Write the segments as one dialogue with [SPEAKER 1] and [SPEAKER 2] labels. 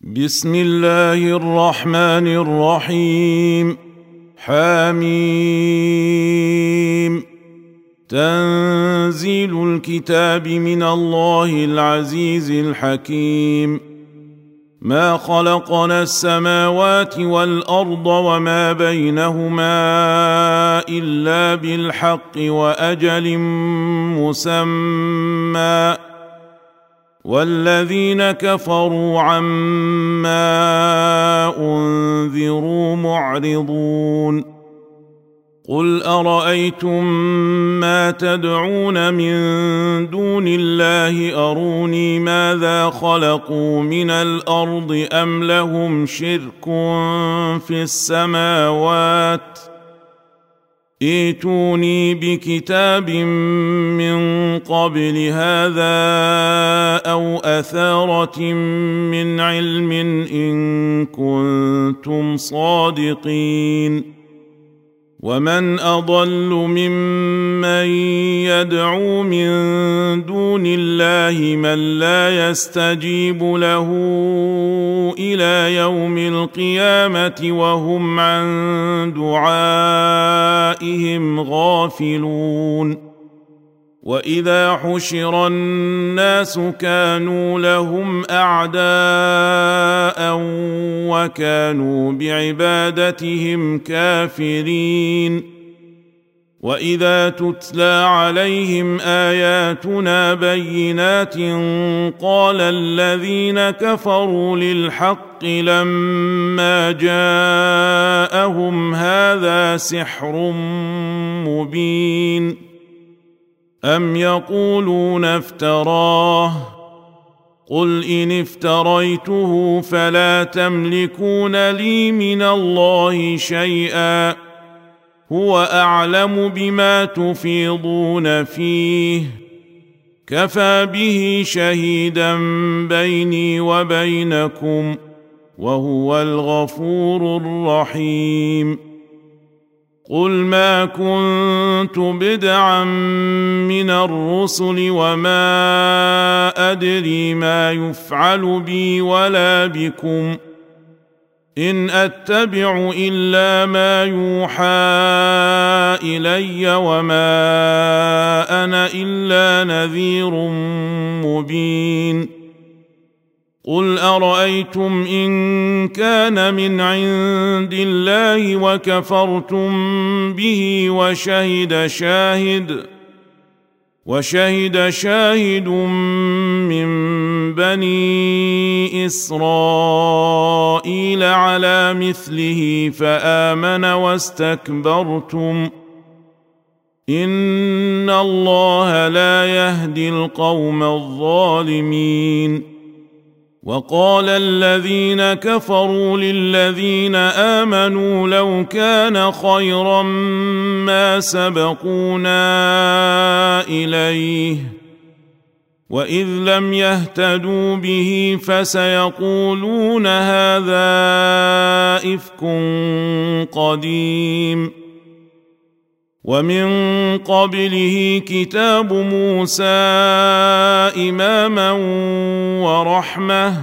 [SPEAKER 1] بسم الله الرحمن الرحيم. حميم. تنزيل الكتاب من الله العزيز الحكيم. ما خلقنا السماوات والأرض وما بينهما إلا بالحق وأجل مسمى، والذين كفروا عما أنذروا معرضون. قل أرأيتم ما تدعون من دون الله أروني ماذا خلقوا من الأرض أم لهم شرك في السماوات؟ ائتوني بكتاب من قبل هذا أو أثارة من علم إن كنتم صادقين. ومن أضل ممن يدعو من دون الله من لا يستجيب له إلى يوم القيامة وهم عن دعائهم غافلون. وإذا حشر الناس كانوا لهم أعداء وكانوا بعبادتهم كافرين. وإذا تتلى عليهم آياتنا بينات قال الذين كفروا للحق لما جاءهم هذا سحر مبين. أم يقولون افتراه؟ قل إن افتريته فلا تملكون لي من الله شيئا، هو أعلم بما تفيضون فيه، كفى به شهيدا بيني وبينكم، وهو الغفور الرحيم. قل ما كنت بدعا من الرسل وما أدري ما يفعل بي ولا بكم، إن أتبع إلا ما يوحى إلي وما أنا إلا نذير مبين. قل أرأيتم إن كان من عند الله وكفرتم به وشهد شاهد من بني إسرائيل على مثله فآمن واستكبرتم، إن الله لا يهدي القوم الظالمين. وقال الذين كفروا للذين آمنوا لو كان خيرا ما سبقونا إليه، وإذ لم يهتدوا به فسيقولون هذا إفك قديم. ومن قبله كتاب موسى إماما ورحمة،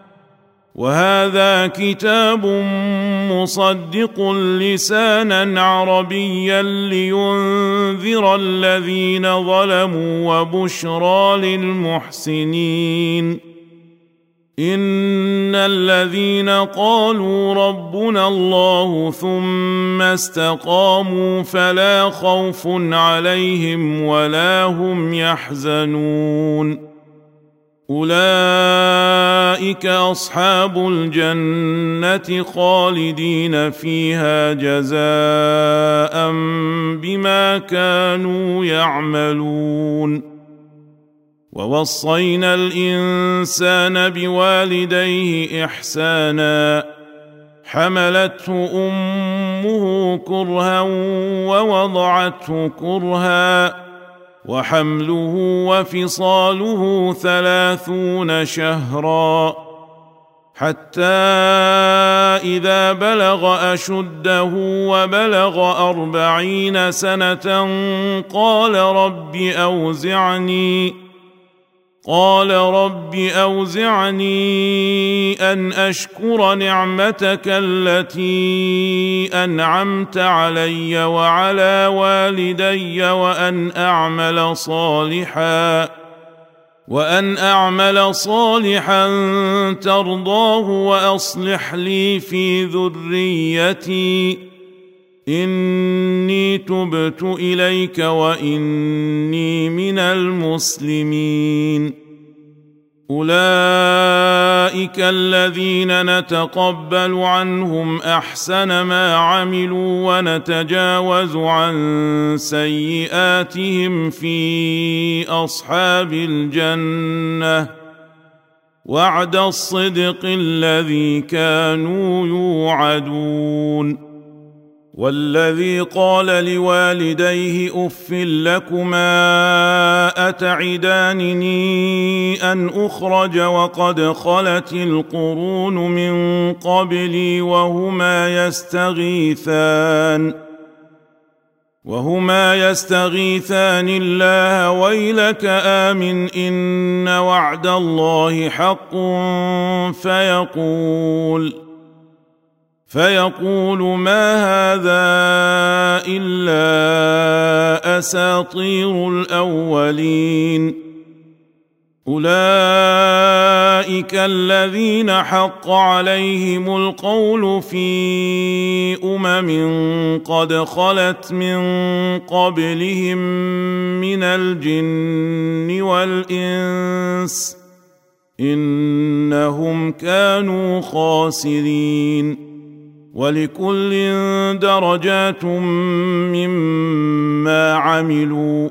[SPEAKER 1] وهذا كتاب مصدق لسانا عربيا لينذر الذين ظلموا وبشرى للمحسنين. إن الذين قالوا ربنا الله ثم استقاموا فلا خوف عليهم ولا هم يحزنون، أولئك أصحاب الجنة خالدين فيها جزاء بما كانوا يعملون. ووصينا الإنسان بوالديه إحسانا، حملته أمه كرها ووضعته كرها، وحمله وفصاله 30 شهرا، حتى إذا بلغ أشده وبلغ 40 سنة قال رب أوزعني قال رب أوزعني أن أشكر نعمتك التي أنعمت علي وعلى والدي وأن أعمل صالحا ترضاه وأصلح لي في ذريتي إني تبت إليك وإني من المسلمين. أولئك الذين نتقبل عنهم أحسن ما عملوا ونتجاوز عن سيئاتهم في أصحاب الجنة وعد الصدق الذي كانوا يوعدون. والذي قال لوالديه أف لكما أتعدانني أن أخرج وقد خلت القرون من قبلي وهما يستغيثان الله ويلك آمن إن وعد الله حق فيقول ما هذا إلا أساطير الأولين. أولئك الذين حق عليهم القول في قد خلت من قبلهم من الجن والإنس إنهم كانوا خاسرين. ولكل درجات مما عملوا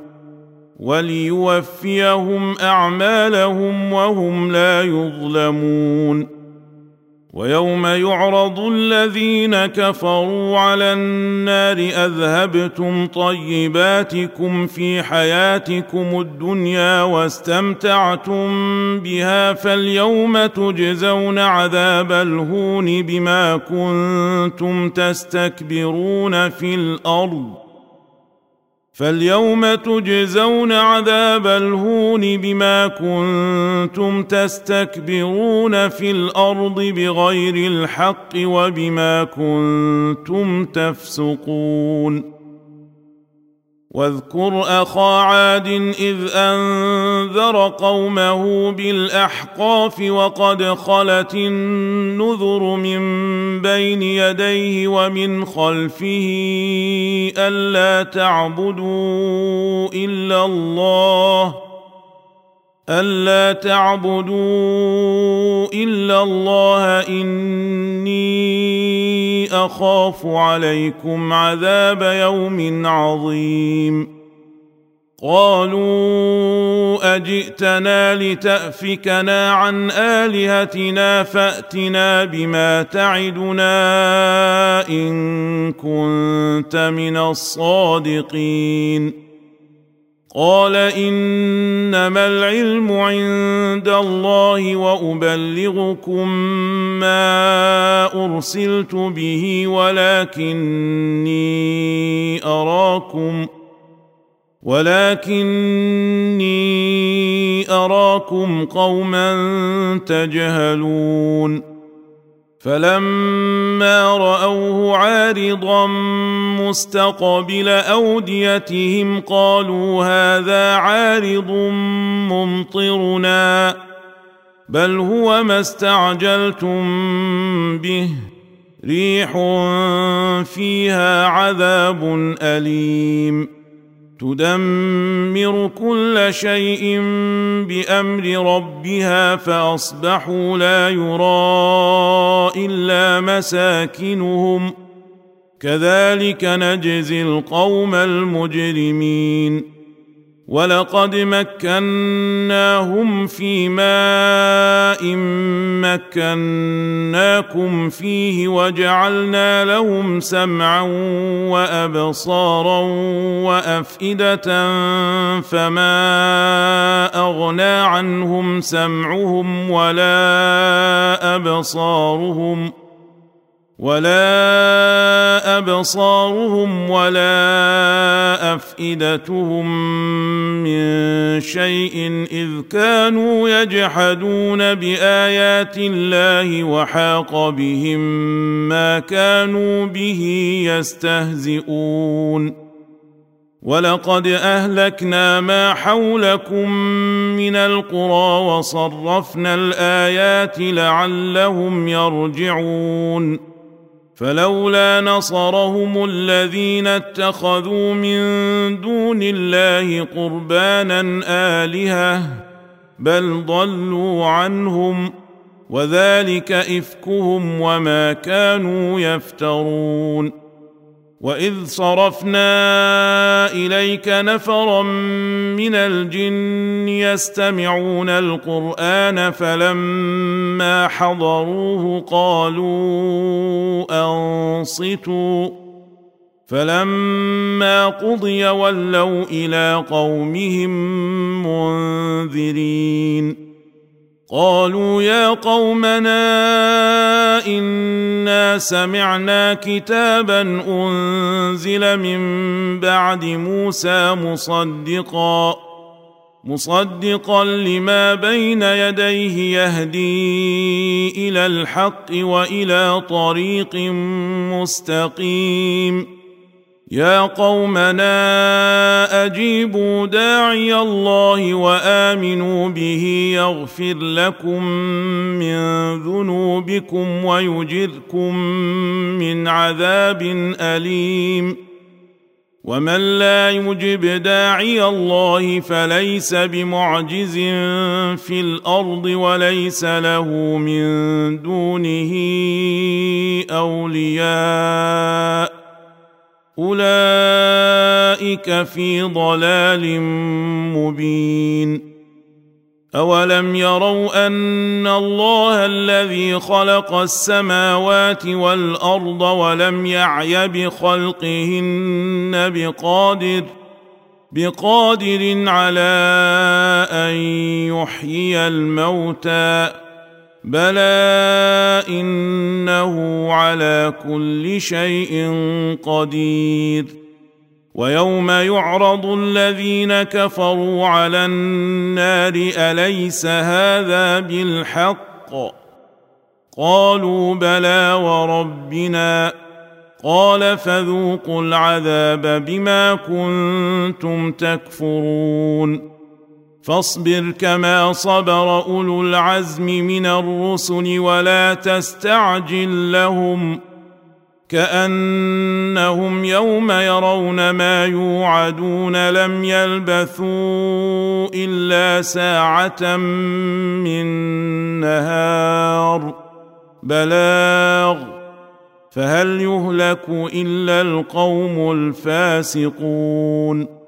[SPEAKER 1] وليوفيهم أعمالهم وهم لا يظلمون. ويوم يعرض الذين كفروا على النار أذهبتم طيباتكم في حياتكم الدنيا واستمتعتم بها فاليوم تجزون عذاب الهون بما كنتم تستكبرون في الأرض بغير الحق وبما كنتم تفسقون. واذكر أخا عاد إذ أنذر قومه بالأحقاف وقد خلت النذر من بين يديه ومن خلفه ألا تعبدوا إلا الله إني أخاف عليكم عذاب يوم عظيم. قالوا أجئتنا لتأفكنا عن آلهتنا فأتنا بما تعدنا إن كنت من الصادقين. قال إنما العلم عند الله وأبلغكم ما أرسلت به ولكني أراكم قوما تجهلون. فلما رأوه عارضا مستقبل أوديتهم قالوا هذا عارض ممطرنا بل هو ما استعجلتم به ريح فيها عذاب أليم تدمر كل شيء بأمر ربها فأصبحوا لا يرى إلا مساكنهم كذلك نجزي القوم المجرمين. ولقد مكناهم في ماء مكناكم فيه وجعلنا لهم سمعا وأبصارا وأفئدة فما أغنى عنهم سمعهم ولا ولا أبصارهم ولا أفئدتهم من شيء إذ كانوا يجحدون بآيات الله وحاق بهم ما كانوا به يستهزئون ولقد أهلكنا ما حولكم من القرى وصرفنا الآيات لعلهم يرجعون فلولا نصرهم الذين اتخذوا من دون الله قربانا آلهة بل ضلوا عنهم وذلك إفكهم وما كانوا يفترون وإذ صرفنا إليك نفرا من الجن يستمعون القرآن فلما حضروه قالوا أنصتوا فلما قضي ولوا إلى قومهم منذرين قالوا يا قومنا إنا سمعنا كتابا أنزل من بعد موسى مصدقا لما بين يديه يهدي إلى الحق وإلى طريق مستقيم يا قومنا أجيبوا داعي الله وآمنوا به يغفر لكم من ذنوبكم ويجركم من عذاب أليم ومن لا يجب داعي الله فليس بمعجز في الأرض وليس له من دونه أولياء أولئك في ضلال مبين أولم يروا أن الله الذي خلق السماوات والأرض ولم يعي بخلقهن بقادر على أن يحيي الموتى بلى إنه على كل شيء قدير ويوم يعرض الذين كفروا على النار أليس هذا بالحق قالوا بلى وربنا قال فذوقوا العذاب بما كنتم تكفرون فاصبر كما صبر أولو العزم من الرسل ولا تستعجل لهم كأنهم يوم يرون ما يوعدون لم يلبثوا إلا ساعة من نهار بلاغ فهل يهلك إلا القوم الفاسقون